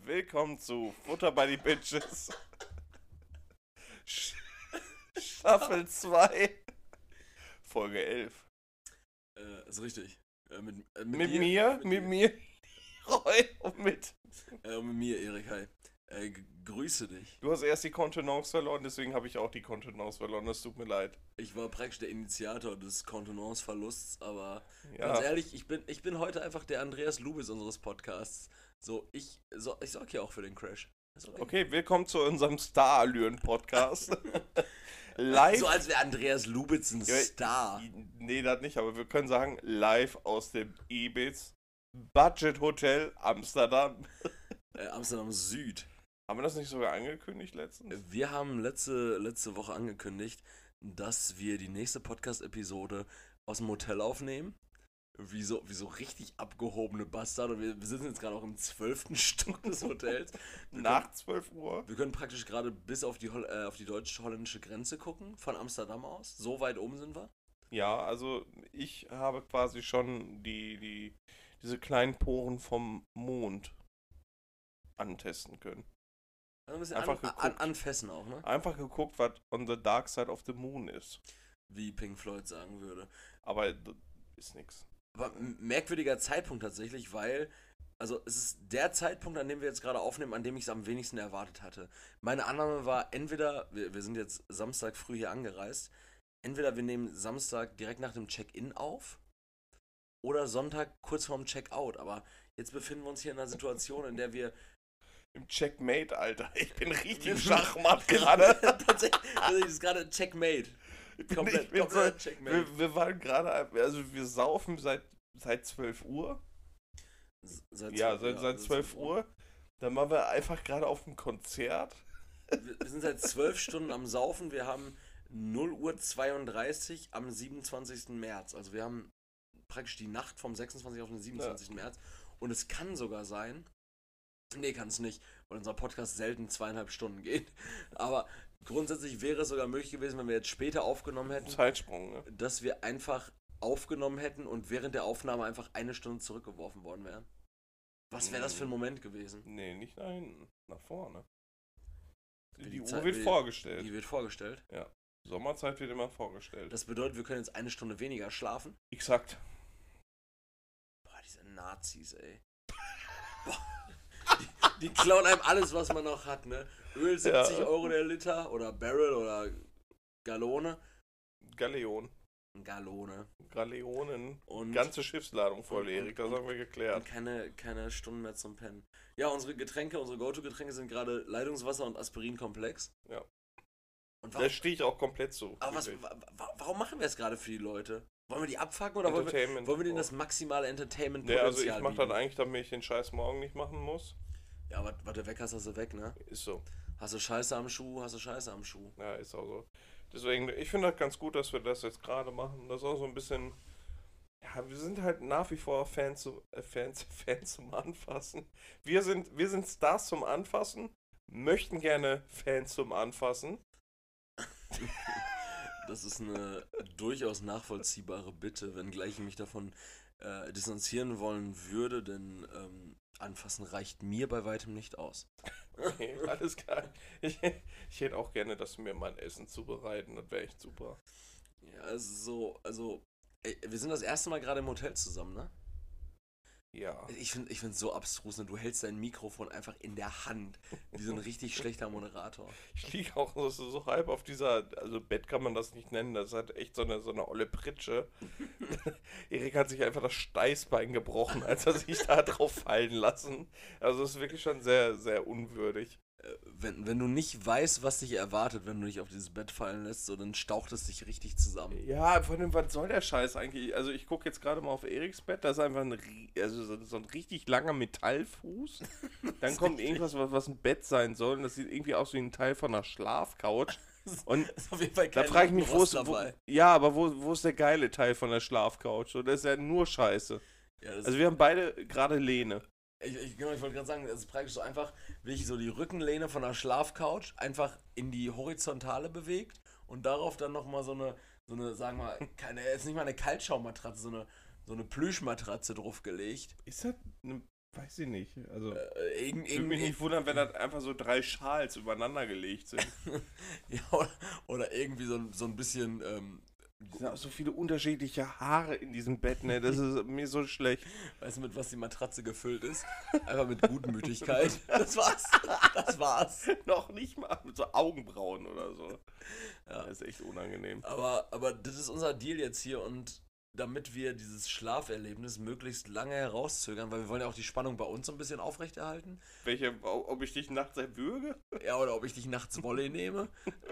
Willkommen zu Futter by die Bitches. Staffel 2, Folge 11. Ist richtig. Mit mir, Roy und mit. Mit mir, Erik, hi. Grüße dich. Du hast erst die Kontenance verloren, deswegen habe ich auch die Kontenance verloren, das tut mir leid. Ich war praktisch der Initiator des Kontenance-Verlusts, aber Ja. ganz ehrlich, ich bin heute einfach der Andreas Lubitz unseres Podcasts. Ich sorge ja auch für den Crash. Okay, willkommen zu unserem Star-Allüren-Podcast. Live. So als wäre Andreas Lubitz ein Star. Nee, das nicht, aber wir können sagen, live aus dem Ibiza Budget Hotel Amsterdam. Amsterdam Süd. Haben wir das nicht sogar angekündigt letztens? Wir haben letzte Woche angekündigt, dass wir die nächste Podcast-Episode aus dem Hotel aufnehmen. Wie so richtig abgehobene Bastard. Und wir sitzen jetzt gerade auch im 12. Stock des Hotels. Nach 12 Uhr? Wir können praktisch gerade bis auf die deutsch-holländische Grenze gucken, von Amsterdam aus. So weit oben sind wir. Ja, also ich habe quasi schon diese kleinen Poren vom Mond antesten können. Also ein bisschen Einfach anfassen auch, ne? Einfach geguckt, was on the dark side of the moon ist. Wie Pink Floyd sagen würde. Aber das ist nix. Aber merkwürdiger Zeitpunkt tatsächlich, weil, also es ist der Zeitpunkt, an dem wir jetzt gerade aufnehmen, an dem ich es am wenigsten erwartet hatte. Meine Annahme war entweder, wir sind jetzt Samstag früh hier angereist, entweder wir nehmen Samstag direkt nach dem Check-in auf oder Sonntag kurz vorm Check-out. Aber jetzt befinden wir uns hier in einer Situation, in der wir Im Checkmate, Alter. Ich bin richtig Schachmatt gerade. Tatsächlich ist gerade Checkmate. Komplett Checkmate. Wir waren gerade, also wir saufen seit 12 Uhr. Seit 12 Uhr. Dann waren wir einfach gerade auf dem Konzert. Wir sind seit 12 Stunden am Saufen. Wir haben 0:32 Uhr am 27. März. Also wir haben praktisch die Nacht vom 26. auf den 27. März. Und es kann sogar sein, nee, kann es nicht, weil unser Podcast selten 2,5 Stunden geht. Aber grundsätzlich wäre es sogar möglich gewesen, wenn wir jetzt später aufgenommen hätten, Zeitsprung, ne? dass wir einfach aufgenommen hätten und während der Aufnahme einfach 1 Stunde zurückgeworfen worden wären. Was wäre das für ein Moment gewesen? Nee, nicht nach hinten, nach vorne. Die Zeit Uhr wird vorgestellt. Die wird vorgestellt? Ja. Sommerzeit wird immer vorgestellt. Das bedeutet, wir können jetzt 1 Stunde weniger schlafen? Exakt. Boah, diese Nazis, ey. Boah. Die klauen einem alles, was man noch hat, ne? Öl 70 Euro der Liter oder Barrel oder Gallone. Galeonen. Und ganze Schiffsladung voll, Erik, das haben wir geklärt. Und keine Stunden mehr zum Pennen. Ja, unsere Go-To-Getränke sind gerade Leitungswasser und Aspirin-Komplex. Ja. Und Da stehe ich auch komplett zu. Aber warum machen wir es gerade für die Leute? Wollen wir die abfucken oder wollen wir denen das maximale Entertainment-Potenzial also ich mache bieten? das eigentlich, damit ich den Scheiß morgen nicht machen muss. Ja, was du weg hast du weg, ne? Ist so. Hast du Scheiße am Schuh, hast du Scheiße am Schuh. Ja, ist auch so. Deswegen, ich finde das ganz gut, dass wir das jetzt gerade machen. Das ist auch so ein bisschen. Ja, wir sind halt nach wie vor Fans zum Anfassen. Wir sind Stars zum Anfassen, möchten gerne Fans zum Anfassen. Das ist eine durchaus nachvollziehbare Bitte, wenngleich ich mich davon distanzieren wollen würde, denn anfassen reicht mir bei weitem nicht aus. Okay, alles klar. Ich hätte auch gerne, dass wir mein Essen zubereiten, das wäre echt super. Ja, also, ey, wir sind das erste Mal gerade im Hotel zusammen, ne? Ja. Ich finde es so abstrus, ne? Du hältst dein Mikrofon einfach in der Hand, wie so ein richtig schlechter Moderator. Ich liege auch so halb auf dieser, also Bett kann man das nicht nennen, das hat echt so eine olle Pritsche. Erik hat sich einfach das Steißbein gebrochen, als er sich da drauf fallen lassen. Also es ist wirklich schon sehr, sehr unwürdig. Wenn du nicht weißt, was dich erwartet, wenn du dich auf dieses Bett fallen lässt, so, dann staucht es dich richtig zusammen. Ja, vor allem, was soll der Scheiß eigentlich? Also ich gucke jetzt gerade mal auf Eriks Bett, da ist einfach so ein richtig langer Metallfuß. Dann kommt irgendwas, was ein Bett sein soll, und das sieht irgendwie aus wie ein Teil von einer Schlafcouch. Und ist auf jeden Fall da kein frage ich mich, Rost dabei. wo ist der geile Teil von der Schlafcouch? So, das ist ja nur Scheiße. Ja, Also wir haben beide gerade Lehne. Ich wollte gerade sagen, es ist praktisch so einfach, wie ich so die Rückenlehne von der Schlafcouch einfach in die Horizontale bewegt und darauf dann nochmal so eine, sagen wir mal, jetzt nicht mal eine Kaltschaummatratze, so eine Plüschmatratze draufgelegt. Ist das eine Weiß ich nicht. Also, Irg würde mich irgendwie, nicht wundern, wenn das einfach so 3 Schals übereinander gelegt sind. ja, oder irgendwie so ein bisschen, Es sind auch so viele unterschiedliche Haare in diesem Bett, ne? Das ist mir so schlecht. weißt du, mit was die Matratze gefüllt ist? Einfach mit Gutmütigkeit. Das war's. Das war's. Noch nicht mal mit so Augenbrauen oder so. Ja. Das ist echt unangenehm. Aber das ist unser Deal jetzt hier und damit wir dieses Schlaferlebnis möglichst lange herauszögern, weil wir wollen ja auch die Spannung bei uns so ein bisschen aufrechterhalten. Ob ich dich nachts erwürge? Ja, oder ob ich dich nachts Volley nehme.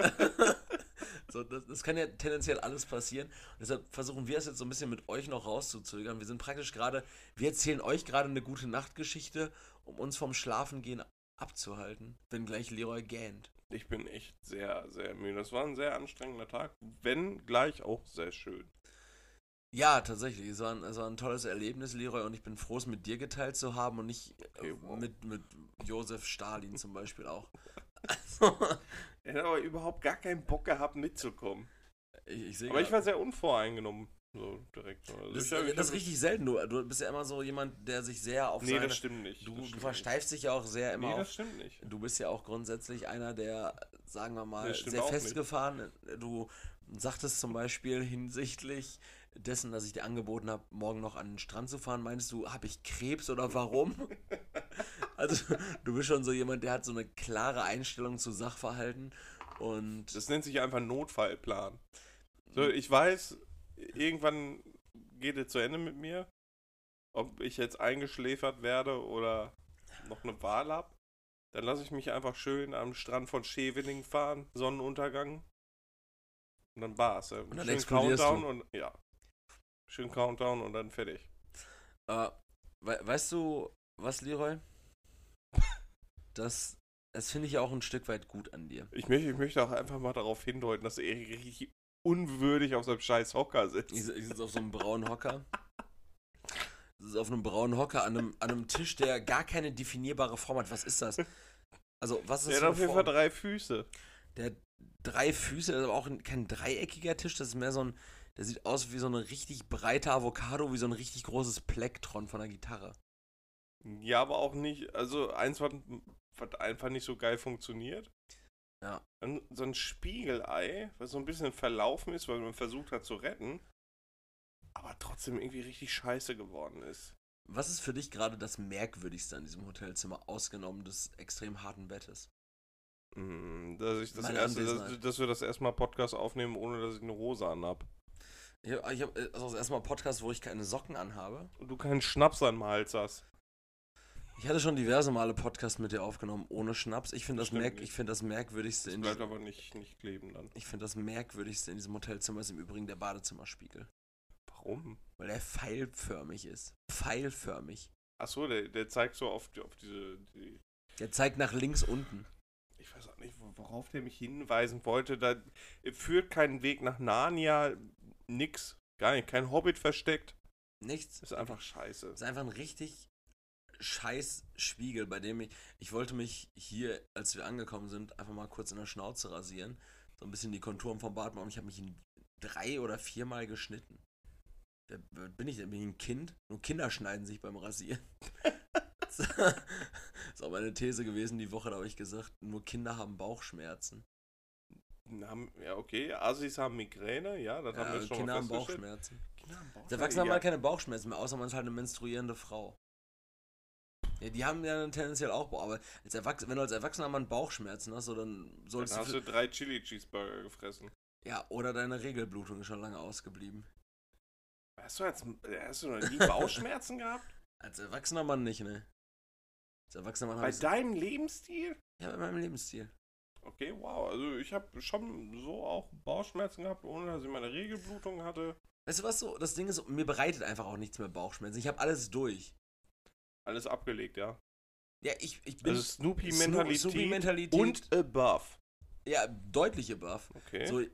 So, das kann ja tendenziell alles passieren. Und deshalb versuchen wir es jetzt so ein bisschen mit euch noch rauszuzögern. Wir sind praktisch wir erzählen euch gerade eine gute Nachtgeschichte, um uns vom Schlafengehen abzuhalten, wenn gleich Leroy gähnt. Ich bin echt sehr, sehr müde. Das war ein sehr anstrengender Tag, wenn gleich auch sehr schön. Ja, tatsächlich. Es war ein tolles Erlebnis, Leroy, und ich bin froh, es mit dir geteilt zu haben und nicht Okay, wow. mit Josef Stalin zum Beispiel auch. Also, Er hat aber überhaupt gar keinen Bock gehabt, mitzukommen. ich sehe Aber ich war sehr unvoreingenommen. So direkt. Also das ist richtig selten. Du bist ja immer so jemand, der sich sehr auf Nee, das stimmt nicht. Du Das stimmt versteifst dich ja auch sehr immer nicht. Nee, auf. das stimmt nicht. Du bist ja auch grundsätzlich einer, der, sagen wir mal, Das stimmt sehr auch festgefahren. Du sagtest zum Beispiel hinsichtlich dessen, dass ich dir angeboten habe, morgen noch an den Strand zu fahren, meinst du, habe ich Krebs oder warum? Also, du bist schon so jemand, der hat so eine klare Einstellung zu Sachverhalten und Das nennt sich einfach Notfallplan. So, ich weiß, irgendwann geht es zu Ende mit mir. Ob ich jetzt eingeschläfert werde oder noch eine Wahl habe. Dann lasse ich mich einfach schön am Strand von Scheveningen fahren, Sonnenuntergang. Und dann war's. Ja. Und dann Schön explodierst Countdown du. und ja. Schön Countdown und dann fertig. weißt du was, Leroy? Das finde ich ja auch ein Stück weit gut an dir. Ich möchte auch einfach mal darauf hindeuten, dass er richtig unwürdig auf seinem scheiß Hocker sitzt. Ich sitze auf so einem braunen Hocker. Das ist auf einem braunen Hocker an einem Tisch, der gar keine definierbare Form hat. Was ist das? Also, was ist Der das hat auf für jeden eine Fall Form? 3 Füße. Der hat 3 Füße, das ist aber auch kein dreieckiger Tisch, das ist mehr so ein, der sieht aus wie so eine richtig breite Avocado, wie so ein richtig großes Plektron von einer Gitarre. Ja, aber auch nicht, also eins, was einfach nicht so geil funktioniert. Ja. So ein Spiegelei, was so ein bisschen verlaufen ist, weil man versucht hat zu retten, aber trotzdem irgendwie richtig scheiße geworden ist. Was ist für dich gerade das Merkwürdigste an diesem Hotelzimmer, ausgenommen des extrem harten Bettes? Meine Anwesenheit. Dass wir das erstmal Podcast aufnehmen, ohne dass ich eine Hose anhab. Ich hab also erstmal Podcast, wo ich keine Socken anhabe. Und du keinen Schnaps am Hals hast. Ich hatte schon diverse Male Podcasts mit dir aufgenommen ohne Schnaps. Ich finde Stimmt nicht. das Merkwürdigste Das bleibt aber nicht kleben dann. Ich finde das Merkwürdigste in diesem Hotelzimmer ist im Übrigen der Badezimmerspiegel. Warum? Weil der pfeilförmig ist. Pfeilförmig. Achso, der zeigt so auf diese. Der zeigt nach links unten. Ich weiß auch nicht, worauf der mich hinweisen wollte. Da führt keinen Weg nach Narnia, nix. Gar nicht. Kein Hobbit versteckt. Nichts. Ist einfach scheiße. Das ist einfach ein richtig scheiß Spiegel, bei dem ich wollte mich hier, als wir angekommen sind, einfach mal kurz in der Schnauze rasieren. So ein bisschen die Konturen vom Bart machen. Ich habe mich 3 oder 4 Mal geschnitten. Bin ich ein Kind? Nur Kinder schneiden sich beim Rasieren. Das ist auch meine These gewesen die Woche, da habe ich gesagt, nur Kinder haben Bauchschmerzen. Ja, okay. Assis haben Migräne, ja, das haben wir schon Kinder mal haben festgestellt. Bauchschmerzen. Kinder haben Bauchschmerzen. Als Erwachsener haben halt keine Bauchschmerzen mehr, außer man ist halt eine menstruierende Frau. Ja, die haben ja dann tendenziell auch Bauch, aber wenn du als Erwachsener mal einen Bauchschmerzen hast, so, dann solltest Dann hast du 3 Chili-Cheeseburger gefressen. Ja, oder deine Regelblutung ist schon lange ausgeblieben. Hast du noch nie Bauchschmerzen gehabt? Als erwachsener Mann nicht, ne? Als erwachsener Mann Bei habe ich... deinem Lebensstil? Ja, bei meinem Lebensstil. Okay, wow. Also ich habe schon so auch Bauchschmerzen gehabt, ohne dass ich meine Regelblutung hatte. Weißt du was so? Das Ding ist, mir bereitet einfach auch nichts mehr Bauchschmerzen. Ich habe alles durch. Alles abgelegt, ja. Ja, ich bin... Also Snoopy-Mentalität Snoopy-Mentalität und above. Ja, deutlich above. Okay. So,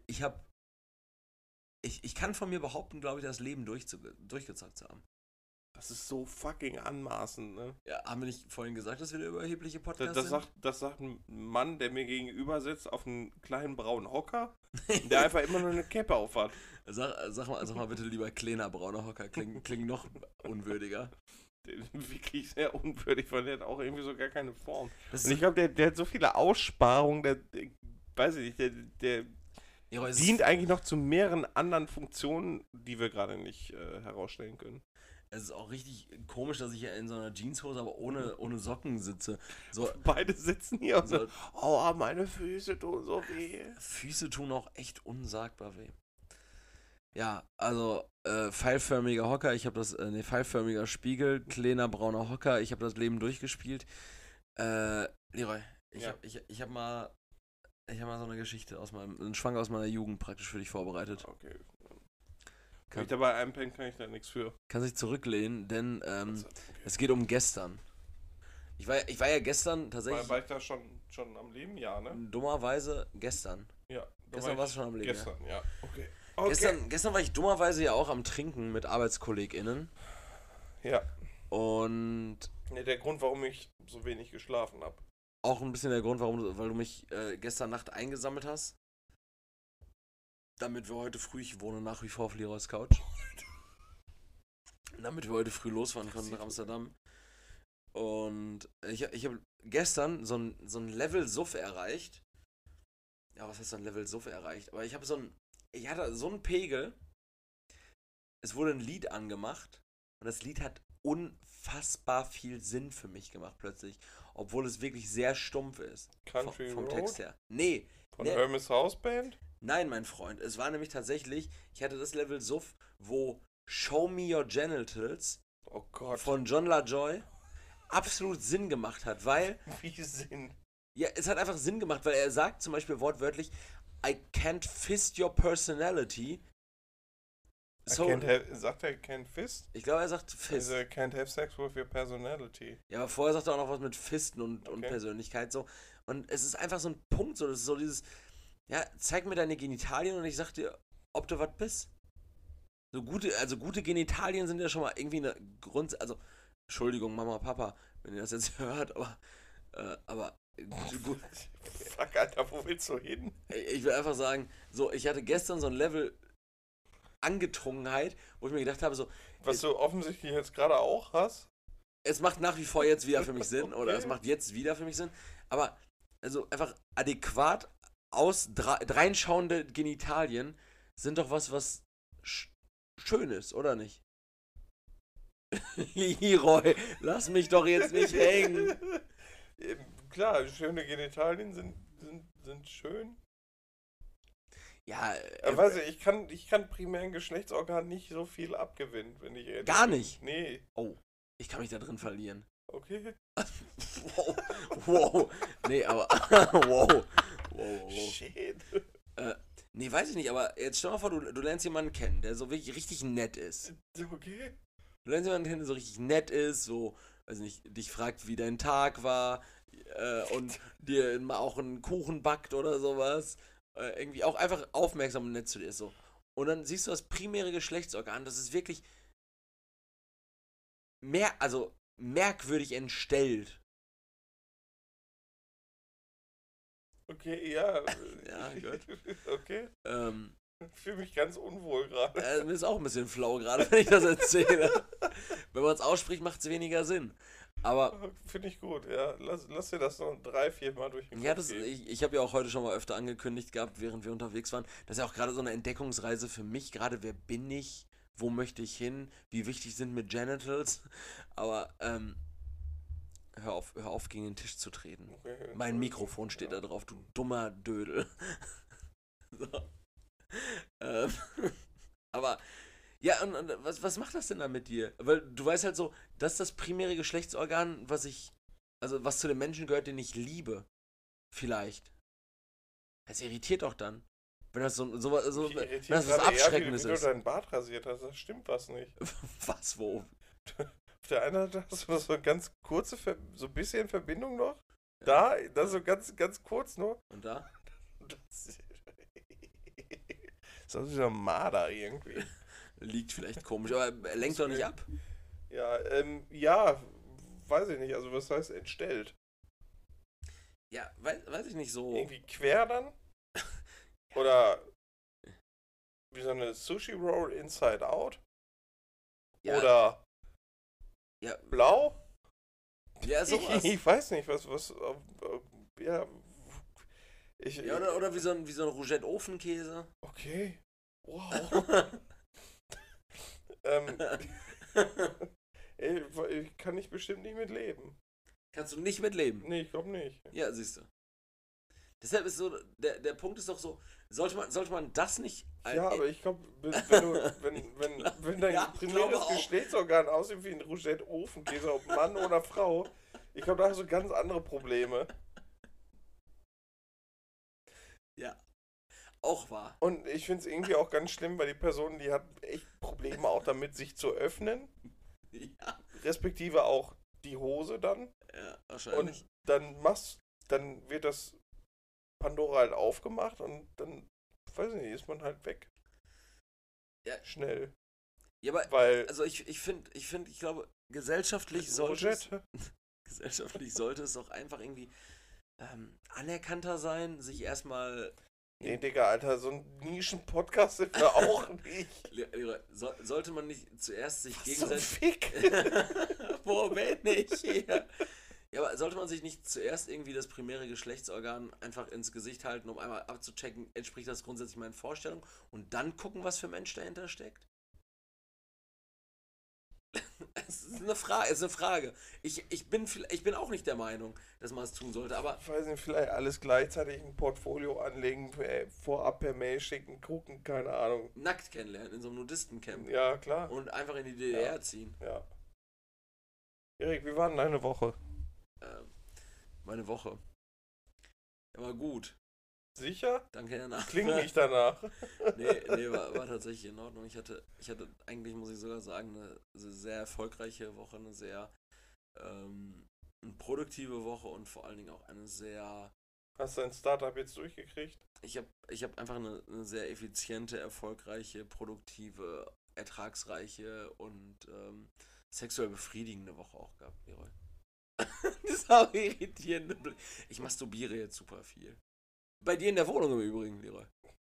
ich kann von mir behaupten, glaube ich, das Leben durchgezockt zu haben. Das ist so fucking anmaßend, ne? Ja, haben wir nicht vorhin gesagt, dass wir der überhebliche Podcast sind? Das sagt ein Mann, der mir gegenüber sitzt auf einem kleinen braunen Hocker, der einfach immer nur eine Cappe auf hat. Sag mal bitte lieber kleiner brauner Hocker, klingt noch unwürdiger. wirklich sehr unwürdig, weil der hat auch irgendwie so gar keine Form. Das Und ich glaube, der hat so viele Aussparungen, weiß ich nicht, der ja, es dient eigentlich noch zu mehreren anderen Funktionen, die wir gerade nicht herausstellen können. es ist auch richtig komisch, dass ich ja in so einer Jeanshose, aber ohne Socken sitze. So, Beide sitzen hier und so so, oh, meine Füße tun so weh. Füße tun auch echt unsagbar weh. Ja, also pfeilförmiger Hocker, pfeilförmiger Spiegel, kleiner brauner Hocker, ich habe das Leben durchgespielt. Leroy, Ja. ich hab mal so eine Geschichte einen Schwank aus meiner Jugend praktisch für dich vorbereitet. Okay. Wenn ich dabei einpennen, kann ich da nichts für. Kannst dich zurücklehnen, denn es geht um gestern. Ich war ja gestern tatsächlich War ich da schon am Leben? Ja, ne? dummerweise gestern. Ja. Gestern warst du schon am Leben. Gestern, ja. Okay. Gestern war ich dummerweise ja auch am Trinken mit ArbeitskollegInnen. Ja. Und Ne, der Grund, warum ich so wenig geschlafen habe. auch ein bisschen der Grund, weil du mich gestern Nacht eingesammelt hast. Damit wir heute früh, ich wohne nach wie vor auf Leroys Couch. Damit wir heute früh losfahren konnten nach Amsterdam. Und ich habe gestern so ein Level Suff erreicht. Ja, was heißt so ein Level Suff erreicht? Aber ich hatte so einen Pegel. Es wurde ein Lied angemacht. Und das Lied hat unfassbar viel Sinn für mich gemacht plötzlich. Obwohl es wirklich sehr stumpf ist. Country vom Road? Text her. Nee. Von Hermes House Band? Nein, mein Freund. Es war nämlich tatsächlich, ich hatte das Level Suff, wo Show Me Your Genitals Oh Gott. von John LaJoy absolut Sinn gemacht hat, weil, Wie Sinn. ja, es hat einfach Sinn gemacht, weil er sagt zum Beispiel wortwörtlich, I can't fist your personality. So, Sagt er can't fist? ich glaube, er sagt Fist. Also can't have sex with your personality. Ja, aber vorher sagt er auch noch was mit Fisten und Okay. Persönlichkeit so. Und es ist einfach so ein Punkt, so, das ist so dieses, ja, zeig mir deine Genitalien und ich sag dir, ob du was bist. So gute Genitalien sind ja schon mal irgendwie eine also, Entschuldigung, Mama, Papa, wenn ihr das jetzt hört, aber gut, Fuck, Alter, wo willst du hin? ich will einfach sagen, so, ich hatte gestern so ein Level Angetrunkenheit, wo ich mir gedacht habe, so, Was du offensichtlich jetzt gerade auch hast? es macht nach wie vor jetzt wieder für mich Sinn, oder Okay. es macht jetzt wieder für mich Sinn, aber also einfach adäquat dreinschauende Genitalien sind doch was schön ist, oder nicht? Leroy, lass mich doch jetzt nicht hängen. Klar, schöne Genitalien sind schön. Ja, Weiß ich kann primären Geschlechtsorgan nicht so viel abgewinnen, wenn ich ehrlich gar bin. nicht. Nee. Oh, ich kann mich da drin verlieren. Okay. Wow. Nee, aber wow. Shit. Nee, weiß ich nicht, aber jetzt stell mal vor, du lernst jemanden kennen, der so wirklich richtig nett ist. Okay. Du lernst jemanden kennen, der so richtig nett ist, so, weiß nicht, dich fragt, wie dein Tag war, und dir mal auch einen Kuchen backt oder sowas. Irgendwie auch einfach aufmerksam und nett zu dir ist, so. Und dann siehst du das primäre Geschlechtsorgan, das ist wirklich merkwürdig entstellt. Okay, ja. Ja, gut. Okay. Ich fühle mich ganz unwohl gerade. Mir ist auch ein bisschen flau gerade, wenn ich das erzähle. Wenn man es ausspricht, macht es weniger Sinn. Aber Finde ich gut, ja. Lass dir das noch 3-4 Mal durch den ja, Kopf gehen. ich habe ja auch heute schon mal öfter angekündigt gehabt, während wir unterwegs waren. Das ist ja auch gerade so eine Entdeckungsreise für mich. Gerade, wer bin ich? Wo möchte ich hin? Wie wichtig sind mir Genitals? Aber, hör auf, gegen den Tisch zu treten. Okay, Mein Mikrofon steht da drauf, du dummer Dödel. So. Ähm, aber, ja, und was macht das denn da mit dir? Weil du weißt halt so, das ist das primäre Geschlechtsorgan, was zu den Menschen gehört, den ich liebe. Vielleicht. Das irritiert doch dann. Wenn das wenn das was Abschreckendes wie du ist. deinen Bart rasiert hast, das stimmt was nicht. Was, wo? Auf der einen Seite hast du so eine ganz kurze, so ein bisschen Verbindung noch. Da, das so ganz, ganz kurz nur. Und da? Das ist auch dieser Marder irgendwie. Liegt vielleicht komisch, aber er lenkt doch nicht ab. Ja, ja, weiß ich nicht. Also was heißt entstellt? Ja, weiß ich nicht so. Irgendwie quer dann? Oder wie so eine Sushi Roll Inside Out? Ja, Oder Ja, Blau? ja sowas. Ich weiß nicht, ja, Ja, oder wie so ein Rougette-Ofenkäse. okay, wow, ähm, ich kann ich bestimmt nicht mit leben. Kannst du nicht mitleben. Nee, ich glaube nicht. Ja, siehst du. Deshalb ist so, der Punkt ist doch so, sollte man das nicht... Ja, aber ich glaube, wenn dein Ja, ich primäres glaube auch. Geschlechtsorgan aussieht wie ein Rougette-Ofenkäse, ob Mann oder Frau, ich glaube, da hast du ganz andere Probleme. Ja, auch wahr. Und ich finde es irgendwie auch ganz schlimm, weil die Person, die hat echt Probleme auch damit, sich zu öffnen, Ja, respektive auch die Hose dann. ja, wahrscheinlich. Und dann wird das Pandora halt aufgemacht und dann, weiß ich nicht, ist man halt weg. Ja. Schnell. Ja, aber, Weil also ich glaube, gesellschaftlich sollte Rougette, es auch einfach irgendwie anerkannter sein, sich erstmal... nee, Digga, Alter, so ein Nischen-Podcast sind wir auch nicht. Sollte man nicht zuerst sich So ein gegenseitig... Fick. Wo bin ich hier? Ja, aber sollte man sich nicht zuerst irgendwie das primäre Geschlechtsorgan einfach ins Gesicht halten, um einmal abzuchecken, entspricht das grundsätzlich meinen Vorstellungen und dann gucken, was für ein Mensch dahinter steckt? Es ist eine Frage. Ich bin auch nicht der Meinung, dass man es tun sollte, aber Ich weiß nicht, vielleicht alles gleichzeitig ein Portfolio anlegen, vorab per Mail schicken, gucken, keine Ahnung. nackt kennenlernen in so einem Nudistencamp Ja, klar. und einfach in die DDR ziehen. Ja. Erik, wie war denn deine Woche? Meine Woche. Ja, war gut. Sicher? Danke der Nachfrage. Klingt nicht danach. Nee, war tatsächlich in Ordnung. Ich hatte eigentlich, muss ich sogar sagen, eine sehr erfolgreiche Woche, eine sehr produktive Woche und vor allen Dingen auch eine sehr... Hast du dein Startup jetzt durchgekriegt? Ich hab einfach eine sehr effiziente, erfolgreiche, produktive, ertragsreiche und sexuell befriedigende Woche auch gehabt, Leroy. Das ist auch irritierende Blick. Ich masturbiere jetzt super viel. Bei dir in der Wohnung im Übrigen, Leroy.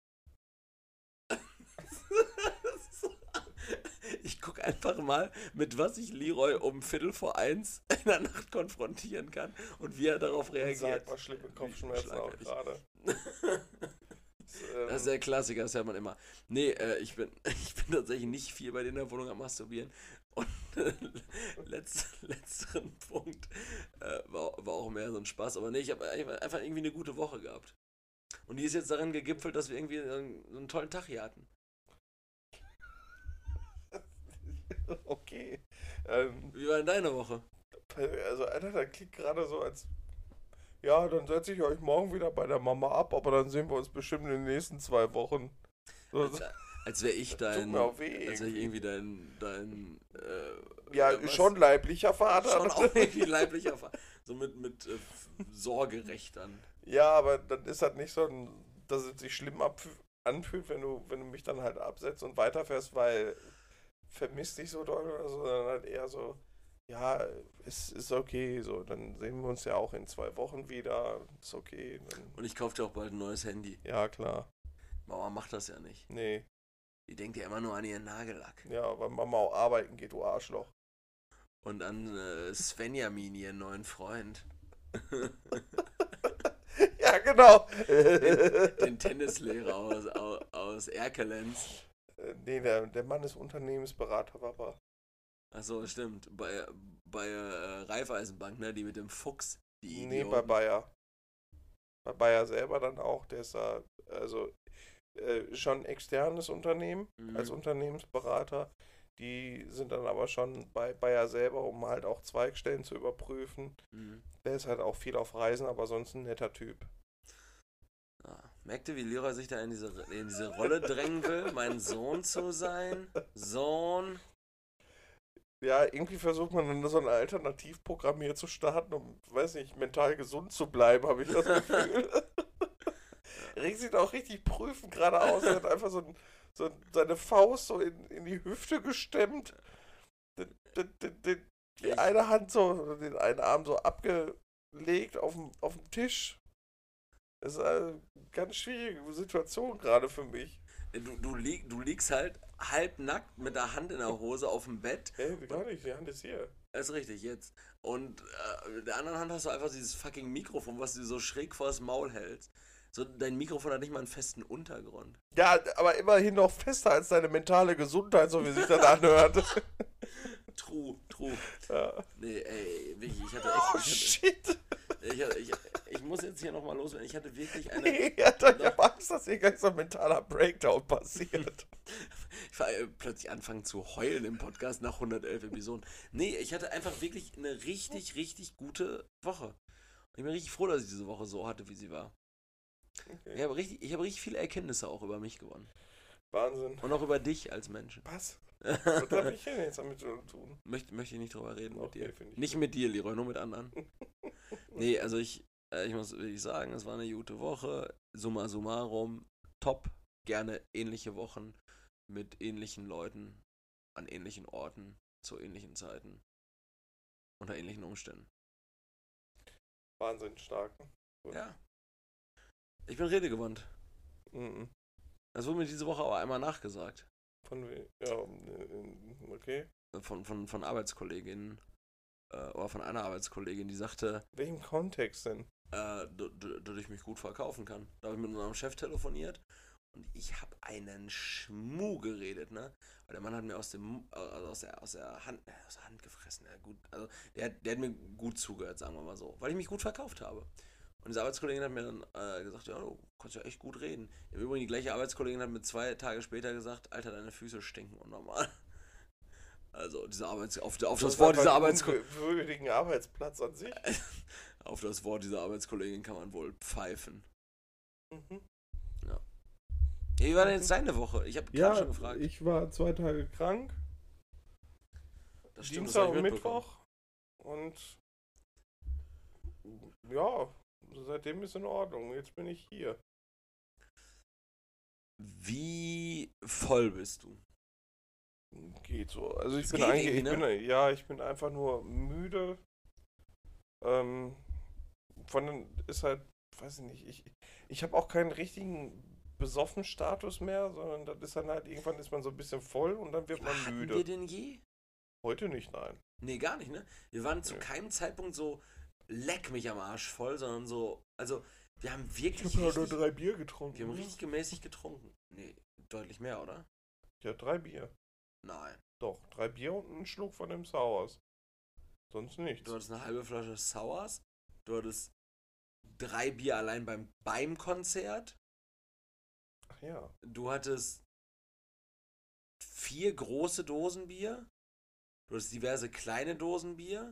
Ich gucke einfach mal, mit was ich Leroy um 1:15 in der Nacht konfrontieren kann und wie er darauf reagiert. Sag mal, schlimme Kopfschmerzen auch Schlagartig. gerade. Das ist der Klassiker, das hört man immer. Nee, ich bin tatsächlich nicht viel bei dir in der Wohnung am Masturbieren. Und letzteren Punkt war auch mehr so ein Spaß. Aber nee, ich habe einfach irgendwie eine gute Woche gehabt. Und die ist jetzt darin gegipfelt, dass wir irgendwie so einen tollen Tag hier hatten. Okay. Wie war denn deine Woche? Also, Alter, das klingt gerade so, als... Ja, dann setze ich euch morgen wieder bei der Mama ab, aber dann sehen wir uns bestimmt in den nächsten 2 Wochen. So, Als wäre ich tut mir auch weh. als wäre ich irgendwie dein Ja, was? schon leiblicher Vater. Schon auch irgendwie leiblicher Vater. So mit Sorgerechtern. Ja, aber dann ist halt nicht so, dass es sich schlimm anfühlt, wenn du mich dann halt absetzt und weiterfährst, weil vermisst dich so doll oder so, sondern halt eher so, ja, es ist okay, so, dann sehen wir uns ja auch in 2 Wochen wieder, ist okay. Dann, Und ich kaufe dir auch bald ein neues Handy. ja, klar. Mama macht das ja nicht. Nee, Die denkt ja immer nur an ihren Nagellack. ja, weil Mama auch arbeiten geht, du Arschloch. Und an Svenjamin, ihren neuen Freund. Ja, genau. Den Tennislehrer aus Erkelenz. Nee, der Mann ist Unternehmensberater, Papa. Achso, stimmt. Bei Raiffeisenbank, ne? Die mit dem Fuchs. Die Nee, bei Idioten. Bayer. Bei Bayer selber dann auch, der ist da, also schon ein externes Unternehmen als Unternehmensberater. Die sind dann aber schon bei Bayer selber, um halt auch Zweigstellen zu überprüfen. Mhm. Der ist halt auch viel auf Reisen, aber sonst ein netter Typ. Ja. Merkt ihr, wie Leroy sich da in diese Rolle drängen will, mein Sohn zu sein? Sohn. Ja, irgendwie versucht man dann so ein Alternativprogramm hier zu starten, um, weiß nicht, mental gesund zu bleiben, habe ich das Gefühl. Rick sieht auch richtig prüfend gerade aus. Er hat einfach so seine Faust so in die Hüfte gestemmt. Die eine Hand so, den einen Arm so abgelegt auf dem Tisch. Das ist eine ganz schwierige Situation gerade für mich. Du liegst halt halbnackt mit der Hand in der Hose auf dem Bett. Hey, gar nicht, die Hand ist hier. Das ist richtig, jetzt. Und mit der anderen Hand hast du einfach dieses fucking Mikrofon, was du so schräg vors Maul hältst. So, dein Mikrofon hat nicht mal einen festen Untergrund. Ja, aber immerhin noch fester als deine mentale Gesundheit, so wie sich das anhört. True. Ja. Nee, ey, wirklich, ich hatte echt... Oh, shit. Ich muss jetzt hier nochmal loswerden. Ich hatte wirklich eine... Nee, ich hab Angst, dass hier gleich so ein mentaler Breakdown passiert. Ich war plötzlich anfangen zu heulen im Podcast nach 111 Episoden. Nee, ich hatte einfach wirklich eine richtig gute Woche. Und ich bin richtig froh, dass ich diese Woche so hatte, wie sie war. Okay. Ich habe richtig viele Erkenntnisse auch über mich gewonnen. Wahnsinn. Und auch über dich als Mensch. Was? Was habe ich denn jetzt damit zu tun? Möchte ich nicht drüber reden mit Okay, dir. finde ich Nicht gut. mit dir, Leroy, nur mit anderen. Nee, also ich muss wirklich sagen, es war eine gute Woche. Summa summarum, top. Gerne ähnliche Wochen mit ähnlichen Leuten an ähnlichen Orten zu ähnlichen Zeiten unter ähnlichen Umständen. Wahnsinn stark. Gut. Ja. Ich bin redegewandt. Mhm. Das wurde mir diese Woche aber einmal nachgesagt. Von wem? Ja, okay. Von Arbeitskolleginnen. Oder von einer Arbeitskollegin, die sagte, Welchem Kontext denn? dass ich mich gut verkaufen kann. Da habe ich mit unserem Chef telefoniert und ich habe einen Schmuh geredet, ne? Weil der Mann hat mir aus der Hand gefressen. Ja, gut, also der hat mir gut zugehört, sagen wir mal so, weil ich mich gut verkauft habe. Und diese Arbeitskollegin hat mir dann gesagt, ja, du kannst ja echt gut reden. Im Übrigen, die gleiche Arbeitskollegin hat mir 2 Tage später gesagt, Alter, deine Füße stinken unnormal. Also diese auf das Wort dieser würdigen Arbeitsplatz an sich. Auf das Wort dieser Arbeitskollegin kann man wohl pfeifen. Mhm. Ja. Wie war denn jetzt deine Woche? Ich habe gerade schon gefragt. Ich war 2 Tage krank. Das stimmt, Dienstag das hab und ich mitbekommen. Mittwoch. Und ja, seitdem ist in Ordnung. Jetzt bin ich hier. Wie voll bist du? Geht so. Also ich Es bin geht eigentlich, irgendwie, ich bin einfach nur müde. Ist halt, weiß ich nicht, ich habe auch keinen richtigen Besoffen-Status mehr, sondern das ist dann halt, irgendwann ist man so ein bisschen voll und dann wird man Hatten müde. wir den je? Heute nicht, nein. Nee, gar nicht, ne? Wir waren zu Nee. keinem Zeitpunkt so leck mich am Arsch voll, sondern so, also wir haben Ich wirklich habe ja nur richtig, 3 Bier getrunken. wir haben richtig gemäßigt getrunken. Nee, deutlich mehr, oder? Ja, 3 Bier. Nein. Doch, 3 Bier und einen Schluck von dem Sours. Sonst nichts. Du hattest eine halbe Flasche Sours, du hattest 3 Bier allein beim Konzert, Ach ja. du hattest 4 große Dosen Bier, du hattest diverse kleine Dosen Bier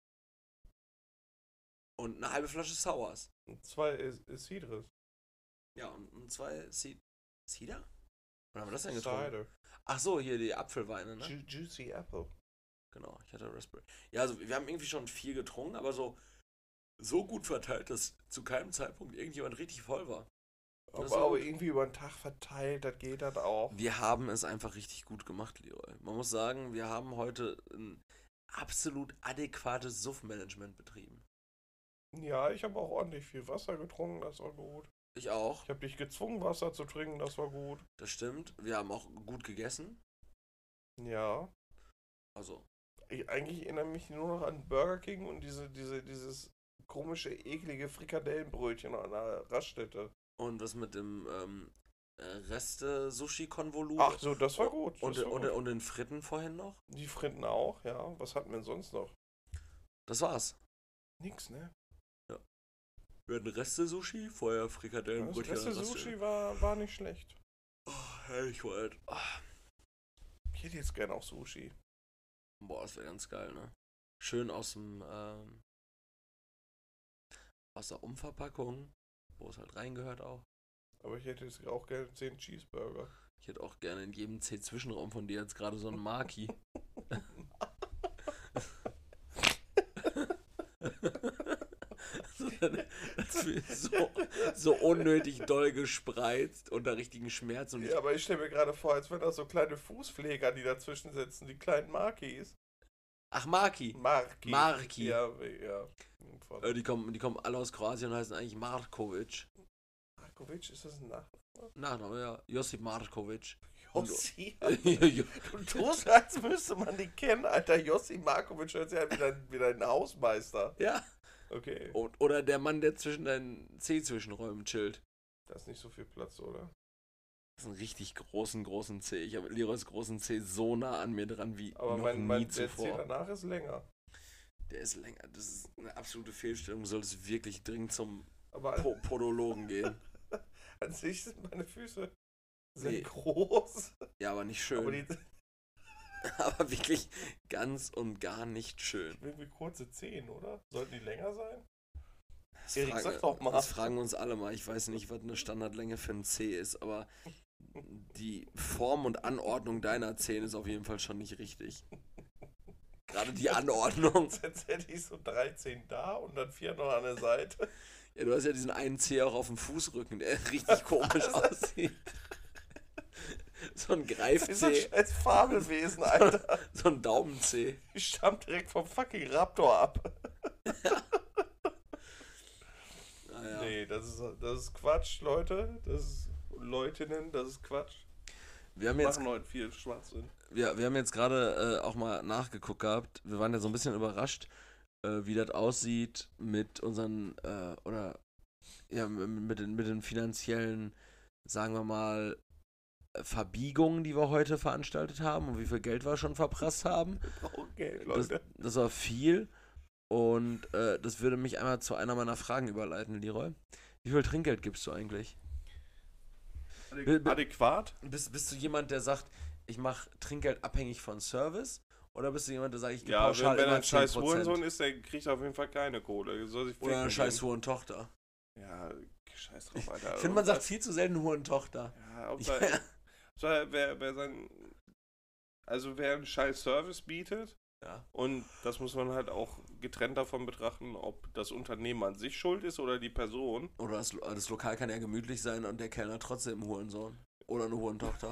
und eine halbe Flasche Sours. Und 2 Cidres. Ja, und 2 Cider? Wann haben wir das denn getrunken? Cider. Ach so, hier die Apfelweine, ne? Juicy Apple. Genau, ich hatte Raspberry. Ja, also wir haben irgendwie schon viel getrunken, aber so gut verteilt, dass zu keinem Zeitpunkt irgendjemand richtig voll war. Das ist Aber gut. irgendwie über den Tag verteilt, das geht dann auch. Wir haben es einfach richtig gut gemacht, Leroy. Man muss sagen, wir haben heute ein absolut adäquates Suffmanagement betrieben. Ja, ich habe auch ordentlich viel Wasser getrunken, das war gut. Ich auch, Ich habe dich gezwungen, Wasser zu trinken, das war gut. das stimmt. Wir haben auch gut gegessen. Ja. Also, Eigentlich erinnere mich nur noch an Burger King und dieses komische, eklige Frikadellenbrötchen an der Raststätte. und was mit dem Reste-Sushi-Konvolut. Ach so, das war gut. Und, Das war und, gut. und den Fritten vorhin noch. Die Fritten auch, ja. Was hatten wir denn sonst noch? Das war's. Nix, ne? Wir hatten Reste-Sushi, vorher Das Frikadellenbrötchen. Reste an der Sushi Raststätte. war nicht schlecht. Oh, herrlich, Wald. Ich hätte jetzt gerne auch Sushi. Boah, das wäre ganz geil, ne? Schön aus der Umverpackung, wo es halt reingehört auch. Aber ich hätte jetzt auch gerne 10 Cheeseburger. Ich hätte auch gerne in jedem C-Zwischenraum von dir jetzt gerade so einen Maki. Das wird so unnötig doll gespreizt unter richtigen Schmerz und Ja, aber ich stelle mir gerade vor, als wenn da so kleine Fußpfleger, die dazwischen sitzen, die kleinen Markis. Ach, Maki. Marki. Marki. Ja. Die kommen alle aus Kroatien und heißen eigentlich Markovic. Markovic, ist das ein Nachname? Nachname, ja. Josip Markovic. Jossi? Du tust, als müsste man die kennen, Alter. Jossi Markovic hört sich halt wieder ein Hausmeister. Ja. Okay. Oder der Mann, der zwischen deinen C-Zwischenräumen chillt. Da ist nicht so viel Platz, oder? Das ist ein richtig großen C. Ich habe Leroys großen C so nah an mir dran wie Aber noch nie der C zuvor. danach ist länger. Der ist länger. Das ist eine absolute Fehlstellung. Du solltest wirklich dringend zum Aber Podologen gehen. an sich sind meine Füße sehr Nee. groß. Ja, aber nicht Aber schön. die Aber wirklich ganz und gar nicht schön. irgendwie kurze Zehen, oder? Sollten die länger sein? Das Erik, sag doch mal. Das fragen uns alle mal. Ich weiß nicht, was eine Standardlänge für ein C ist, aber die Form und Anordnung deiner Zähne ist auf jeden Fall schon nicht richtig. Gerade die Anordnung. Jetzt hätte ich so 13 da und dann 4 noch an der Seite. Ja, du hast ja diesen einen Zeh auch auf dem Fußrücken, der richtig komisch aussieht. So ein Das ist ein Greifzeh, scheiß Fabelwesen, Alter. so ein Daumenzeh. Ich stamm direkt vom fucking Raptor ab. Naja. Nee, das ist Quatsch, Leute. Das ist Leutinnen, das ist Quatsch. Wir haben Wir jetzt, machen heute viel Schwachsinn. wir haben jetzt gerade auch mal nachgeguckt gehabt. Wir waren ja so ein bisschen überrascht, wie das aussieht mit unseren, mit den finanziellen, sagen wir mal, Verbiegungen, die wir heute veranstaltet haben und wie viel Geld wir schon verprasst haben. Wir brauchen Geld, Das, Leute. das war viel und das würde mich einmal zu einer meiner Fragen überleiten, Leroy. Wie viel Trinkgeld gibst du eigentlich? Adäquat? Bist du jemand, der sagt, ich mache Trinkgeld abhängig von Service? Oder bist du jemand, der sagt, ich gebe Ja, pauschal wenn immer er ein scheiß 10%? Hurensohn ist, der kriegt auf jeden Fall keine Kohle. Der soll sich Oder eine ficken scheiß gehen. Hurentochter? Ja, scheiß drauf, Alter. Ich finde, man sagt viel zu selten Hurentochter. Ja, Hauptsache, wer sein. Also, wer einen scheiß Service bietet, Ja. und das muss man halt auch getrennt davon betrachten, ob das Unternehmen an sich schuld ist oder die Person. Oder das Lokal kann ja gemütlich sein und der Kellner trotzdem ein Hurensohn. Oder eine Hurentochter.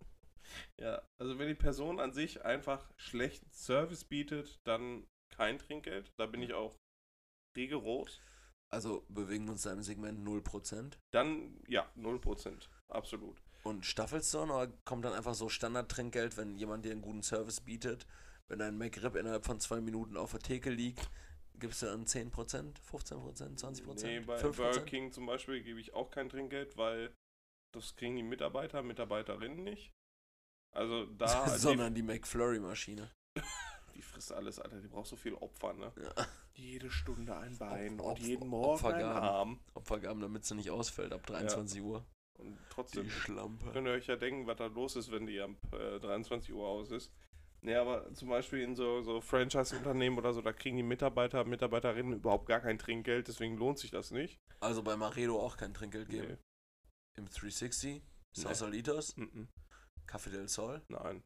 Ja, also wenn die Person an sich einfach schlechten Service bietet, dann kein Trinkgeld. Da bin ich auch rigoros. Also bewegen wir uns da im Segment 0%. Dann, ja, 0%. Absolut. Und staffelst du oder kommt dann einfach so Standardtrinkgeld, wenn jemand dir einen guten Service bietet? Wenn dein McRib innerhalb von 2 Minuten auf der Theke liegt, gibst du dann 10%, 15%, 20%, Nee, bei 5%? Burger King zum Beispiel gebe ich auch kein Trinkgeld, weil das kriegen die Mitarbeiterinnen nicht. Also da... Sondern die McFlurry-Maschine. Die frisst alles, Alter. Die braucht so viel Opfer, ne? Ja. Jede Stunde ein Bein und Opfer- jeden Morgen ein Opfergaben. Arm. Opfergaben, damit sie nicht ausfällt ab 23 Uhr. Und trotzdem Die Schlampe. könnt ihr euch ja denken, was da los ist, wenn die ab 23 Uhr aus ist. Nee, aber zum Beispiel in so Franchise-Unternehmen oder so, da kriegen die Mitarbeiterinnen überhaupt gar kein Trinkgeld, deswegen lohnt sich das nicht. Also bei Maredo auch kein Trinkgeld geben. Nee. Im 360, Nee. Sausalitos, Mhm. Café del Sol, Nein.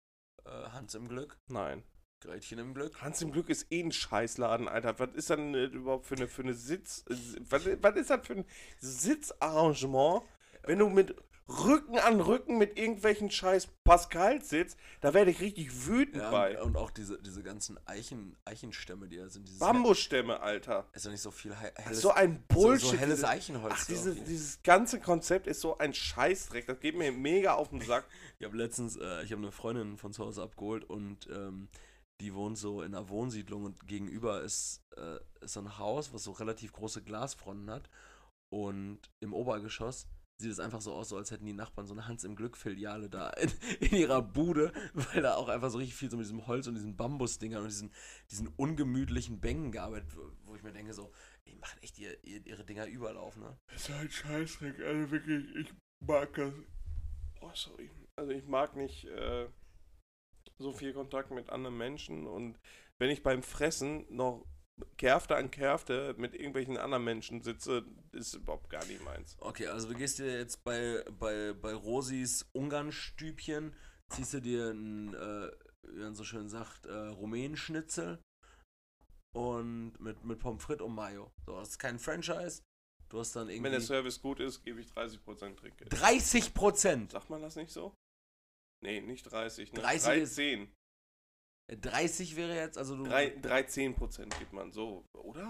Hans im Glück, Nein. Gretchen im Glück. Hans im Glück ist eh ein Scheißladen, Alter. Was ist dann überhaupt für eine Sitz... Was ist das für ein Sitzarrangement, wenn du mit Rücken an Rücken mit irgendwelchen scheiß Pascals sitzt? Da werde ich richtig wütend Ja, bei. und auch diese ganzen Eichenstämme, die da sind. Dieses Bambusstämme, Alter. Ist ja nicht so viel helles, So ein Bullshit. so helles diese- Eichenholz. Ach, da irgendwie. dieses ganze Konzept ist so ein Scheißdreck. Das geht mir mega auf den Sack. Ich habe letztens, ich habe eine Freundin von zu Hause abgeholt und die wohnt so in einer Wohnsiedlung und gegenüber ist so ein Haus, was so relativ große Glasfronten hat und im Obergeschoss sieht es einfach so aus, so als hätten die Nachbarn so eine Hans-im-Glück-Filiale da in ihrer Bude, weil da auch einfach so richtig viel so mit diesem Holz und diesen Bambusdingern und diesen ungemütlichen Bänken gearbeitet, wo ich mir denke so, die machen echt ihre Dinger überall auf, ne? Das ist halt Scheißdreck, also wirklich, ich mag das. Oh, sorry. Also ich mag nicht so viel Kontakt mit anderen Menschen und wenn ich beim Fressen noch Kärfte an Kärfte mit irgendwelchen anderen Menschen sitze, ist überhaupt gar nicht meins. Okay, also du gehst dir jetzt bei Rosis Ungarnstübchen, ziehst du dir ein, wie man so schön sagt, Rumänenschnitzel und mit Pommes frites und Mayo. So, das ist kein Franchise. Du hast dann Wenn irgendwie der Service gut ist, gebe ich 30% Trinkgeld. 30%! Sagt man das nicht so? Nee, nicht 30, ne? 30 ist- 13. 30 wäre jetzt, also du... 13% gibt man so, oder?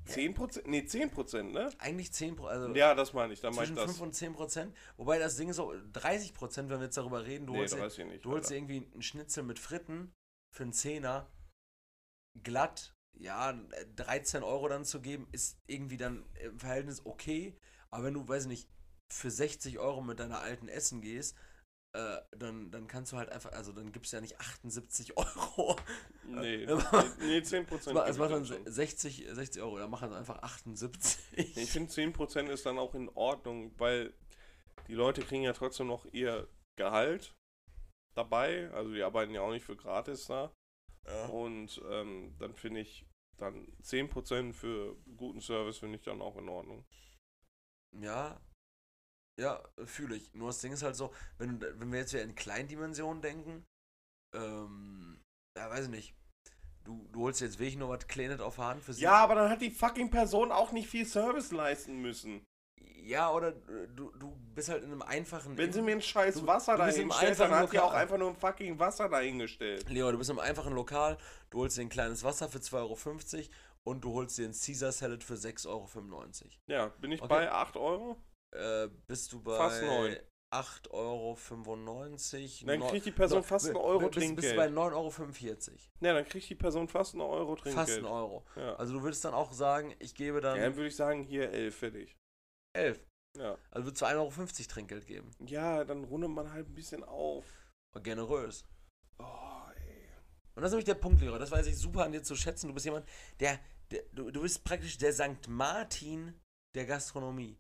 10%? Nee, 10%, ne? Eigentlich 10%, also Ja, das meine ich, dann meine ich zwischen das. 5 und 10%. Wobei das Ding ist so 30%, wenn wir jetzt darüber reden, Nee, 30 nicht. du holst dir irgendwie einen Schnitzel mit Fritten für einen Zehner, glatt, ja, 13 Euro dann zu geben, ist irgendwie dann im Verhältnis okay. Aber wenn du, weiß ich nicht, für 60 Euro mit deiner Alten essen gehst, dann kannst du halt einfach, also dann gibst du ja nicht 78 Euro. Nee, nee 10%. Es macht dann 60 Euro, dann machen sie einfach 78. Ich finde 10% ist dann auch in Ordnung, weil die Leute kriegen ja trotzdem noch ihr Gehalt dabei, also die arbeiten ja auch nicht für gratis da. Ja. Und dann finde ich dann 10% für guten Service finde ich dann auch in Ordnung. Ja, fühle ich. Nur das Ding ist halt so, wenn wir jetzt wieder in Kleindimensionen denken, ja, weiß ich nicht. Du holst jetzt wirklich nur was Kleines auf der Hand für sie. Ja, aber dann hat die fucking Person auch nicht viel Service leisten müssen. Ja, oder du bist halt in einem einfachen... Wenn sie mir ein scheiß Wasser du bist im dahinstellt, dann einfachen hat die auch Lokal. einfach nur ein fucking Wasser dahingestellt. Leo, du bist im einfachen Lokal, du holst dir ein kleines Wasser für 2,50 Euro und du holst dir ein Caesar Salad für 6,95 Euro. Ja, bin ich Okay. bei 8 Euro? Bist du bei Fast 9. 8,95 Euro. Dann kriegt die Person fast einen Euro Bist du bei Trinkgeld. 9,45 Euro. Ja, dann kriegt die Person fast einen Euro Trinkgeld. Fast einen Euro. Ja. Also du würdest dann auch sagen, ich gebe dann Ja, dann würde ich sagen, hier 11 fertig. 11. Ja. Also würdest du 1,50 Euro Trinkgeld geben. Ja, dann rundet man halt ein bisschen auf. War generös. Oh, ey. Und das ist nämlich der Punkt, Lehrer. Das weiß ich super an dir zu schätzen. Du bist jemand, du bist praktisch der St. Martin der Gastronomie.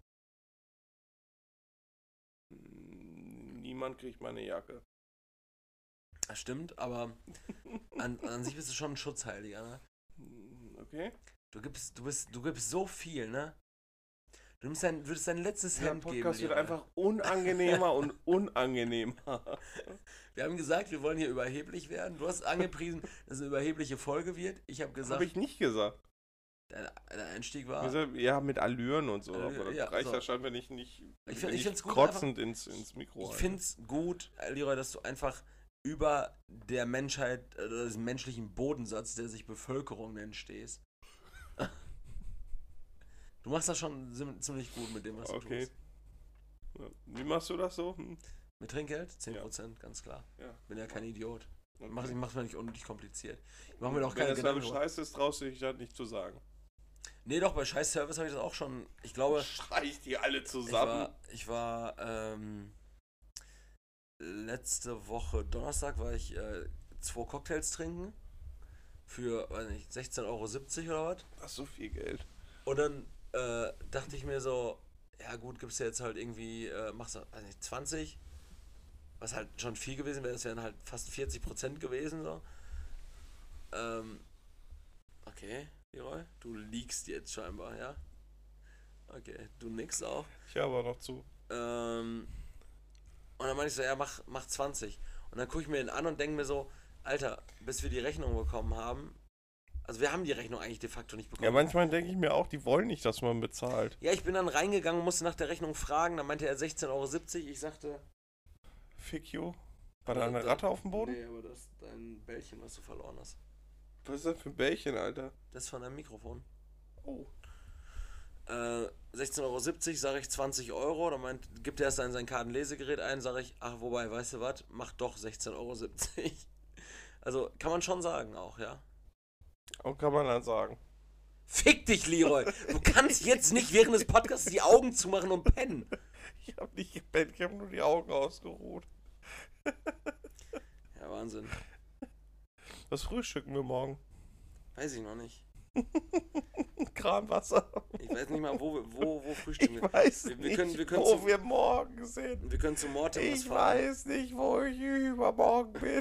Niemand kriegt meine Jacke. Das stimmt, aber an sich bist du schon ein Schutzheiliger, ne? Okay. Du gibst so viel, ne? Du würdest dein letztes Der Hemd geben. Podcast wird Lehrer. einfach unangenehmer und unangenehmer. Wir haben gesagt, wir wollen hier überheblich werden. Du hast angepriesen, dass es eine überhebliche Folge wird. Ich habe gesagt, Habe ich nicht gesagt. der Einstieg war... Ja, mit Allüren und so. Allüren, aber das ja, reicht so. ja scheinbar nicht Ich find's gut, krotzend ins Mikro. Ich Alter. find's gut, Leroy, dass du einfach über der Menschheit, des menschlichen Bodensatz, der sich Bevölkerung nennt, stehst. Du machst das schon ziemlich gut mit dem, was du Okay. tust. Ja. Wie machst du das so? Mit Trinkgeld? 10%, ganz klar. Ja. Bin ja kein Idiot. Okay. Mach's mir nicht unnötig kompliziert. Ich mach mir doch Wenn keine das aber Gedanken. scheiße ist, traust du dich das nicht zu sagen. Nee, doch, bei Scheiß Service habe ich das auch schon. Ich glaube, Streich die alle zusammen. ich war letzte Woche Donnerstag war ich 2 Cocktails trinken. Für, weiß nicht, 16,70 Euro oder was. Das ist so viel Geld. Und dann dachte ich mir so, ja gut, gibst du jetzt halt irgendwie, machst du, weiß nicht, 20, was halt schon viel gewesen wäre, das wären halt fast 40% gewesen, so. Okay, Leroy, du liegst jetzt scheinbar, ja? Okay, du nix auch. Ich habe noch zu. Und dann meinte ich so, ja, mach 20. Und dann gucke ich mir den an und denke mir so, Alter, bis wir die Rechnung bekommen haben, also wir haben die Rechnung eigentlich de facto nicht bekommen. Ja, manchmal denke ich mir auch, die wollen nicht, dass man bezahlt. Ja, ich bin dann reingegangen, musste nach der Rechnung fragen, dann meinte er 16,70 Euro. Ich sagte... Fick you. War da eine Ratte auf dem Boden? Nee, aber das ist dein Bällchen, was du verloren hast. Was ist das für ein Bällchen, Alter? Das ist von deinem Mikrofon. Oh. 16,70 Euro, sage ich 20 Euro. Dann gibt er erst in sein Kartenlesegerät ein, sage ich, ach, wobei, weißt du was, mach doch 16,70 Euro. Also, kann man schon sagen auch, ja. Und kann man dann sagen. Fick dich, Leroy! Du kannst jetzt nicht während des Podcasts die Augen zumachen und pennen. Ich habe nicht gepennt, ich habe nur die Augen ausgeruht. Ja, Wahnsinn. Was frühstücken wir morgen? Weiß ich noch nicht. Kranwasser. Ich weiß nicht mal, wo frühstücken wir. Ich weiß Wir nicht, können wo wir morgen sind. Wir können zu Mortimer Ich fahren. weiß nicht, wo ich übermorgen bin.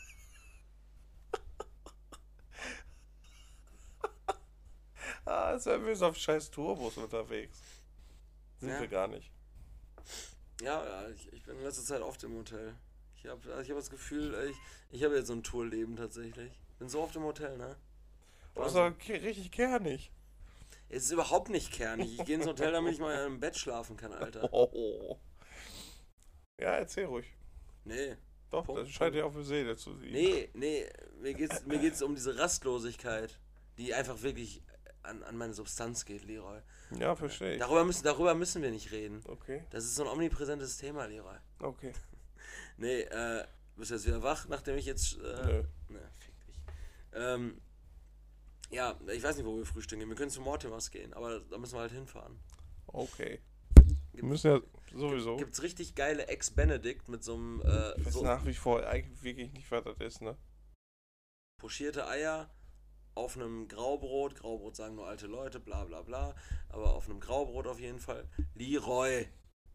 Als wären wir so auf scheiß Tourbus unterwegs. Sind Ja. wir gar nicht. Ja, ich bin in letzter Zeit oft im Hotel. Ich hab das Gefühl, ich habe jetzt so ein Tourleben tatsächlich. Bin so oft im Hotel, ne? Das ist doch richtig kernig. Es ist überhaupt nicht kernig. Ich gehe ins Hotel, damit ich mal im Bett schlafen kann, Alter. Oh. Ja, erzähl ruhig. Nee. Doch, Punkt. das scheint ja auf der Seele zu liegen. Nee, mir geht's um diese Rastlosigkeit, die einfach wirklich an meine Substanz geht, Leroy. Ja, verstehe ich. Darüber müssen wir nicht reden. Okay. Das ist so ein omnipräsentes Thema, Leroy. Okay. Nee, bist du jetzt wieder wach, nachdem ich jetzt... Nö. Ne, fick dich. Ja, ich weiß nicht, wo wir frühstücken gehen. Wir können zu Mortimers gehen, aber da müssen wir halt hinfahren. Okay. Wir müssen ja sowieso. Gibt's richtig geile Ex-Benedict mit so einem... Ich weiß nach wie vor eigentlich wirklich nicht, was das ist, ne? Pochierte Eier auf einem Graubrot. Graubrot sagen nur alte Leute, bla bla bla. Aber auf einem Graubrot auf jeden Fall. Leroy.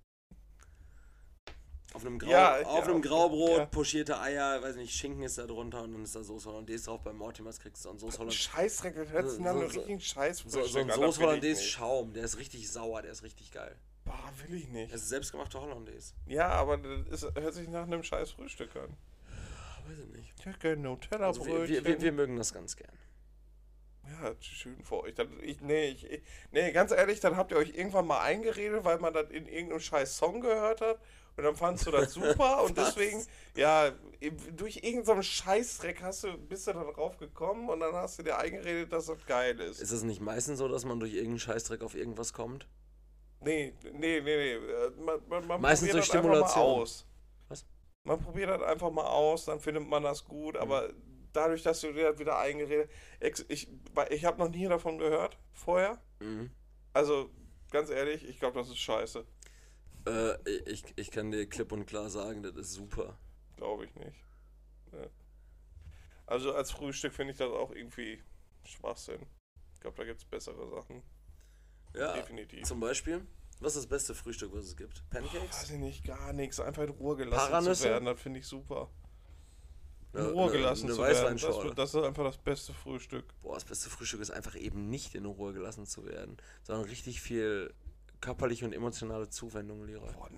Auf einem Graubrot, ja. Pochierte Eier, weiß nicht, Schinken ist da drunter und dann ist da Soße Hollandaise drauf. Bei Mortimers kriegst du so einen Soße Hollandaise. Scheißdreck, das hört sich nach einem richtigen Scheißfrühstück so ein Soße Hollandaise Schaum, der ist richtig sauer, der ist richtig geil. Boah, will ich nicht. Das ist selbstgemachte Hollandaise. Ja, aber das hört sich nach einem Scheißfrühstück an. Weiß ich nicht. Ich hätte gerne Nutella-Brötchen. Also wir mögen das ganz gern. Ja, schön für euch. Nee, ganz ehrlich, dann habt ihr euch irgendwann mal eingeredet, weil man das in irgendeinem scheiß Song gehört hat. Und dann fandst du das super und deswegen, ja, durch irgendeinen Scheißdreck bist du da drauf gekommen und dann hast du dir eingeredet, dass das geil ist. Ist es nicht meistens so, dass man durch irgendeinen Scheißdreck auf irgendwas kommt? Nee. Man meistens durch Stimulation. Aus. Was? Man probiert das einfach mal aus, dann findet man das gut, aber dadurch, dass du dir das wieder eingeredet hast, ich habe noch nie davon gehört vorher. Mhm. Also, ganz ehrlich, ich glaube, das ist scheiße. Ich kann dir klipp und klar sagen, das ist super. Glaube ich nicht. Ja. Also als Frühstück finde ich das auch irgendwie Schwachsinn. Ich glaube, da gibt es bessere Sachen. Ja, definitiv. Zum Beispiel, was ist das beste Frühstück, was es gibt? Pancakes? Weiß ich nicht, gar nichts. Einfach in Ruhe gelassen Paranüsse? zu werden, das finde ich super. In Ja, Ruhe gelassen zu werden, Weißweinschorle. das ist einfach das beste Frühstück. Boah, das beste Frühstück ist einfach eben nicht in Ruhe gelassen zu werden, sondern richtig viel körperliche und emotionale Zuwendung, Leroy. Boah,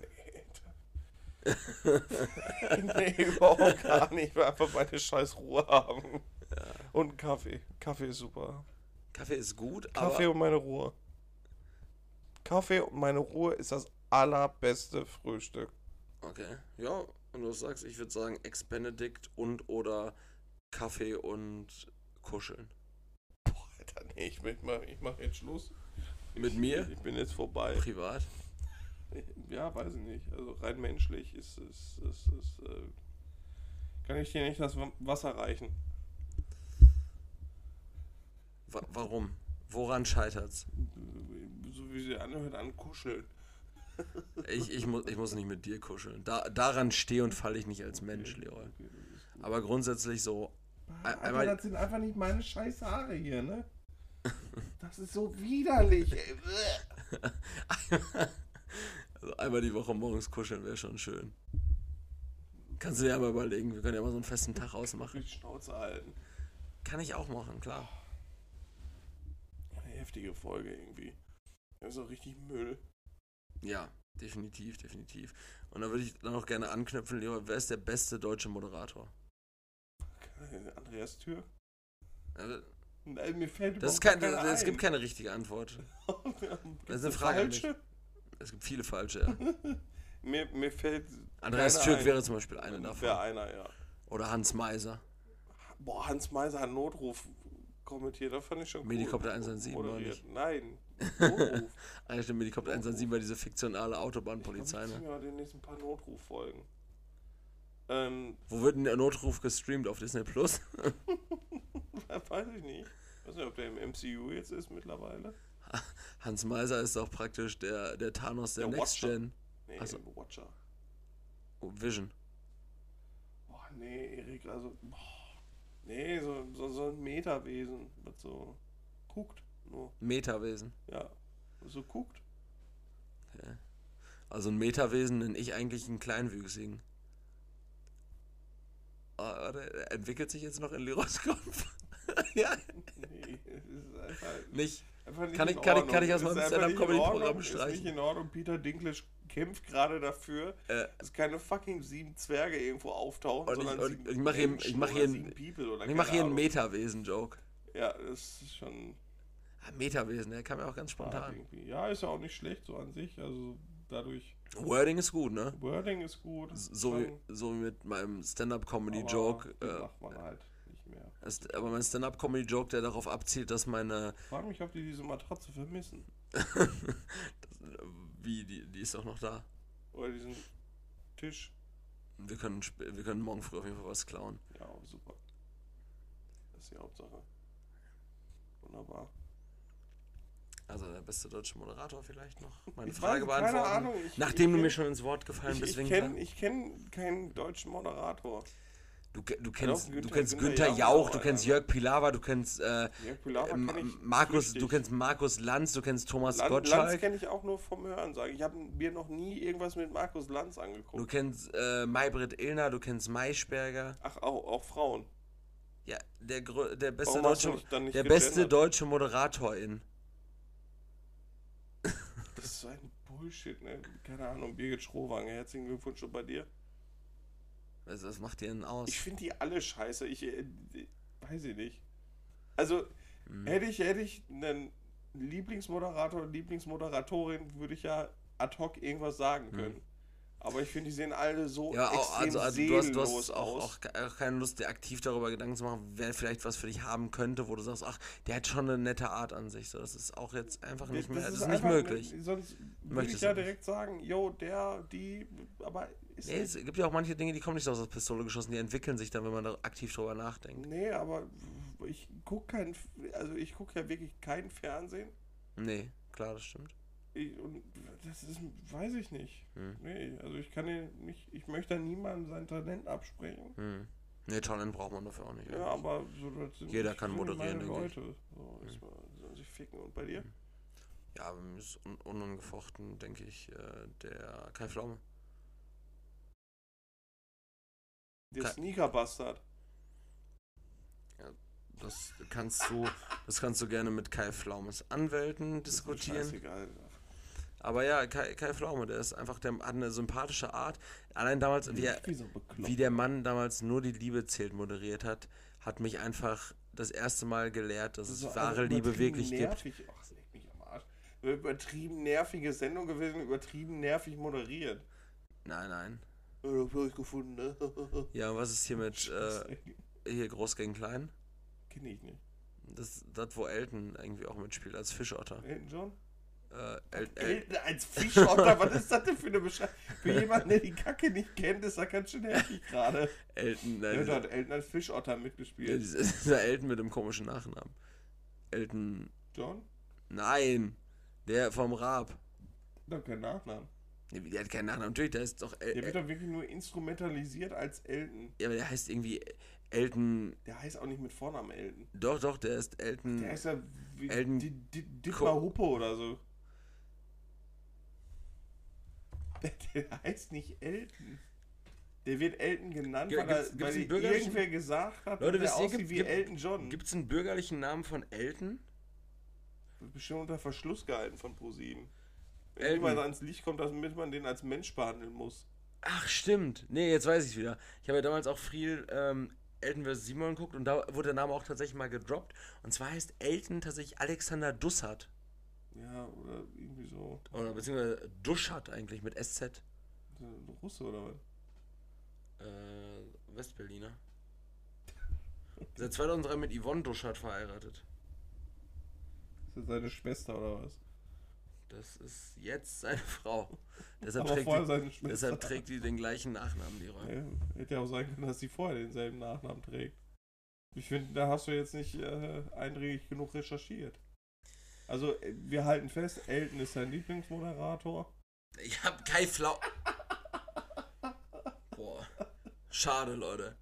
nee. Nee, überhaupt gar nicht. Ich will einfach meine scheiß Ruhe haben. Ja. Und einen Kaffee. Kaffee ist super. Kaffee ist gut, Kaffee und meine Ruhe. Kaffee und meine Ruhe ist das allerbeste Frühstück. Okay, ja, und du sagst, ich würde sagen Ex-Benedict und oder Kaffee und Kuscheln. Boah, Alter, nee, ich mach jetzt Schluss. Mit mir? Ich bin jetzt vorbei. Privat? Ja, weiß ich nicht. Also rein menschlich kann ich dir nicht das Wasser reichen. Warum? Woran scheitert's? So wie sie anhört, an Kuscheln. Ich muss nicht mit dir kuscheln. Daran stehe und falle ich nicht als Mensch, Leroy. Okay, aber grundsätzlich so... Alter, das sind einfach nicht meine scheiß Haare hier, ne? Das ist so widerlich, ey. Also einmal die Woche morgens kuscheln wäre schon schön. Kannst du dir ja mal überlegen, wir können ja mal so einen festen Tag ausmachen. Die Schnauze halten. Kann ich auch machen, klar. Eine heftige Folge irgendwie. Das ist so richtig Müll. Ja, definitiv. Und da würde ich dann auch gerne anknüpfen, Leroy, wer ist der beste deutsche Moderator? Andreas Türk? Also, Nein, mir fällt es gibt keine richtige Antwort. Das ist eine Frage an mich. Es gibt viele falsche, ja. mir fällt Andreas Türk wäre zum Beispiel eine davon. Wäre einer, ja. Oder Hans Meiser. Boah, Hans Meiser hat Notruf kommentiert, das fand ich schon cool. Medikopter 117 war nicht. Nein, Notruf. Eigentlich stimmt, Medikopter 117 war diese fiktionale Autobahnpolizei, ne? Ja, demnächst ein paar Notruffolgen. Wo wird denn der Notruf gestreamt? Auf Disney Plus? Weiß ich nicht. Ich weiß nicht, ob der im MCU jetzt ist mittlerweile. Hans Meiser ist auch praktisch der Thanos der Next Watcher. Gen. Nee, Achso. Watcher. Oh, Vision. Boah, nee, Erik, also. Boah, nee, so ein Metawesen, was so guckt. Nur. Metawesen. Ja, so guckt. Okay. Also ein Metawesen nenne ich eigentlich einen Kleinwüchsigen. Der entwickelt sich jetzt noch in Leroys Kopf. Ja. Nee, es ist einfach nicht. Einfach nicht kann ich aus meinem Stand-Up-Comedy-Programm streichen. Ist nicht in Ordnung. Peter Dinklage kämpft gerade dafür, dass keine fucking 7 Zwerge irgendwo auftauchen, sondern ich mache hier einen Metawesen-Joke. Ja, das ist schon... Metawesen, der kam ja auch ganz spontan. Ja, ist ja auch nicht schlecht so an sich, also dadurch... Wording ist gut, ne? Wording ist gut. So wie mit meinem Stand-Up-Comedy-Joke. Den macht man halt nicht mehr. Aber mein Stand-Up-Comedy-Joke, der darauf abzielt, dass meine... Ich frage mich, ob die diese Matratze vermissen. Die ist doch noch da. Oder diesen Tisch. Wir können morgen früh auf jeden Fall was klauen. Ja, super. Das ist die Hauptsache. Wunderbar. Also der beste deutsche Moderator vielleicht noch. Meine Ich Frage weiß, keine beantworten. Ahnung. Nachdem du mir schon ins Wort gefallen bist. Ich kenn keinen deutschen Moderator. Du kennst Günther Günther Jauch, Jauch, du kennst Jörg Pilawa, du kennst Jörg Pilawa kenn ich Markus, flüchtig. du kennst Markus Lanz, du kennst Thomas Lanz Gottschalk. kenne ich auch nur vom Hören sagen. Ich habe mir noch nie irgendwas mit Markus Lanz angeguckt. Du kennst Maybrit Illner, du kennst Maischberger. Ach, auch Frauen. Ja, der beste Warum hast du deutsche, dann nicht der beste gegendert? deutsche Moderatorin. Das ist so ein Bullshit, ne? Keine Ahnung, Birgit Schrowange, herzlichen Glückwunsch schon bei dir. Was macht ihr denn aus? Ich finde die alle scheiße. Weiß ich nicht. Also, hätte ich einen Lieblingsmoderator, Lieblingsmoderatorin, würde ich ja ad hoc irgendwas sagen können. Aber ich finde, die sehen alle so Ja, extrem also seelenlos du hast aus. auch keine Lust, dir aktiv darüber Gedanken zu machen, wer vielleicht was für dich haben könnte, wo du sagst, ach, der hat schon eine nette Art an sich. So, das ist auch jetzt einfach nicht mehr, das ist nicht einfach möglich. Sonst würde Möchtest ich ja du nicht. direkt sagen, yo, der, die, aber ist Nee, es gibt ja auch manche Dinge, die kommen nicht so aus der Pistole geschossen, die entwickeln sich dann, wenn man da aktiv drüber nachdenkt. Nee, aber ich gucke ja wirklich kein Fernsehen. Nee, klar, das stimmt. Und das ist, weiß ich nicht. Nee, also ich kann nicht, ich möchte niemandem sein Talent absprechen. Nee, Talent braucht man dafür auch nicht. Ja, aber so, das sind Jeder kann sind moderieren, meine denke ich. Leute. So, sollen sich ficken. Und bei dir? Ja, bei mir ist unangefochten, denke ich, der Kai Pflaume. Der Sneaker-Bastard. Das kannst du gerne mit Kai Pflaumes Anwälten diskutieren. Scheißegal. Aber ja, Kai Pflaume, der hat eine sympathische Art. Allein damals, wie der Mann damals nur die Liebe zählt moderiert hat, hat mich einfach das erste Mal gelehrt, dass es wahre Liebe wirklich nervig. gibt. Ach, das legt mich am Arsch. Übertrieben nervige Sendung gewesen, übertrieben nervig moderiert. Nein. Das hab ich gefunden, ne? Ja, und was ist hier mit Scheiße. hier Groß gegen Klein? Kenn ich nicht. Das, wo Elton irgendwie auch mitspielt, als Fischotter. Elton John? Elton, Elton als Fischotter, was ist das denn für eine Beschreibung? Für jemanden, der die Kacke nicht kennt, ist das ganz schön nervig gerade. Ja, da hat Elton als Fischotter mitgespielt. dieser Elton mit dem komischen Nachnamen. Elton. John? Nein! Der vom Raab. Doch kein Nachnamen. Der hat keinen Nachnamen. Natürlich, der ist doch. Der wird doch wirklich nur instrumentalisiert als Elton. Ja, aber der heißt irgendwie Elton. Der heißt auch nicht mit Vornamen Elton. Doch, der ist Elton. Der heißt ja wie Elton Dietmar Huppe oder so. Der heißt nicht Elton. Der wird Elton genannt, weil irgendwer gesagt hat, Leute, dass er aussieht wie Elton John. Gibt es einen bürgerlichen Namen von Elton? Wird bestimmt unter Verschluss gehalten von ProSieben. Wenn Elton. jemand ans Licht kommt, damit man den als Mensch behandeln muss. Ach, stimmt. Nee, jetzt weiß ich wieder. Ich habe ja damals auch viel Elton vs. Simon geguckt und da wurde der Name auch tatsächlich mal gedroppt. Und zwar heißt Elton tatsächlich Alexander Dussart. Ja, oder irgendwie so. Oder beziehungsweise Duschat eigentlich mit SZ. Russe oder was? Westberliner. Seit 2003 mit Yvonne Duschat verheiratet. Ist das seine Schwester oder was? Das ist jetzt seine Frau. Deshalb trägt die den gleichen Nachnamen, die Rolle. Ja, hätte ja auch sein können, dass sie vorher denselben Nachnamen trägt. Ich finde, da hast du jetzt nicht eindringlich genug recherchiert. Also, wir halten fest, Elton ist sein Lieblingsmoderator. Ich hab Kai Pflaume. Boah. Schade, Leute.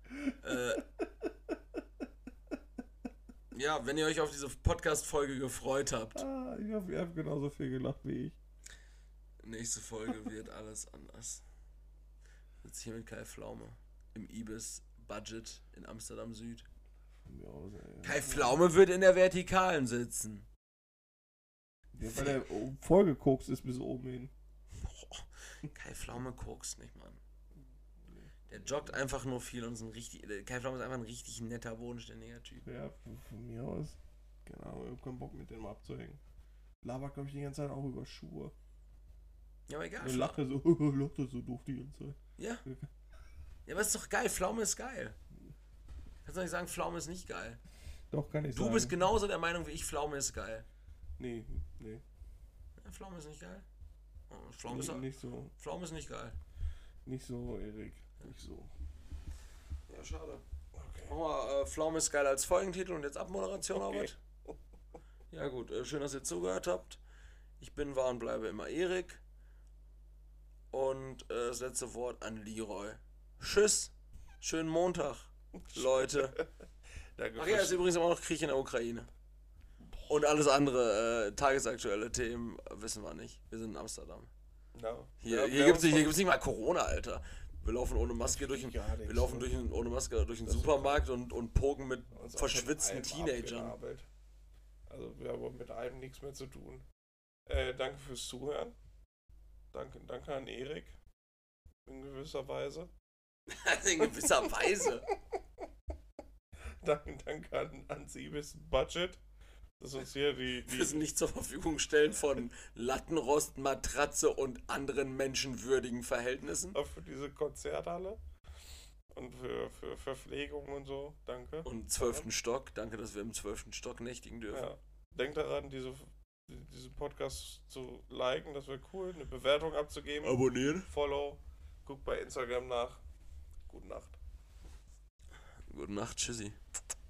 Ja, wenn ihr euch auf diese Podcast-Folge gefreut habt. Ich hoffe, ihr habt genauso viel gelacht wie ich. Nächste Folge wird alles anders. Jetzt hier mit Kai Pflaume. Im Ibis Budget in Amsterdam Süd. Kai Pflaume wird in der Vertikalen sitzen. Ja, weil der vollgekokst ist bis oben hin. Boah, Kai Pflaume kokst nicht, Mann. Der joggt einfach nur viel und ist Kai Pflaume ist einfach ein richtig netter, bodenständiger Typ. Ja, von mir aus. Genau, ich hab keinen Bock mit dem abzuhängen. Labert, glaube ich, die ganze Zeit auch über Schuhe. Ja, aber egal. Ich lache so doof die ganze Zeit. Ja. Ja, aber ist doch geil. Pflaume ist geil. Kannst du nicht sagen, Pflaume ist nicht geil? Doch, kann ich Du sagen. bist genauso der Meinung wie ich, Pflaume ist geil. Nee. Ja, Pflaume ist nicht geil? Oh, Nicht so. Pflaume ist nicht geil. Nicht so, Erik. Nicht so. Ja, schade. Okay. Machen wir Pflaume ist geil als Folgentitel und jetzt Abmoderation, Okay. Arbeit. Ja gut, schön, dass ihr zugehört habt. Ich bin, war und bleibe immer Erik. Und das letzte Wort an Leroy. Tschüss. Schönen Montag, Leute. Danke Ach ja, ist übrigens immer noch Krieg in der Ukraine. Und alles andere, tagesaktuelle Themen, wissen wir nicht. Wir sind in Amsterdam. No. Hier gibt's nicht mal Corona, Alter. Wir laufen ohne Maske durch den, Gar nichts, wir laufen ne? ohne Maske durch den Das ist Supermarkt und poken mit Uns auch verschwitzten von allem Teenagern. abgearbeitet. Also wir haben mit allem nichts mehr zu tun. Danke fürs Zuhören. Danke an Erik. In gewisser Weise. In gewisser Weise. Danke an Siebes Budget. Das uns hier Das nicht zur Verfügung stellen von Lattenrost, Matratze und anderen menschenwürdigen Verhältnissen. auch für diese Konzerthalle. Und für Verpflegung und so. Danke. Und 12. Stock. Danke, dass wir im 12. Stock nächtigen dürfen. Ja. Denkt daran, diesen Podcast zu liken, das wäre cool. Eine Bewertung abzugeben. Abonnieren. Follow. Guckt bei Instagram nach. Gute Nacht. Gute Nacht, tschüssi.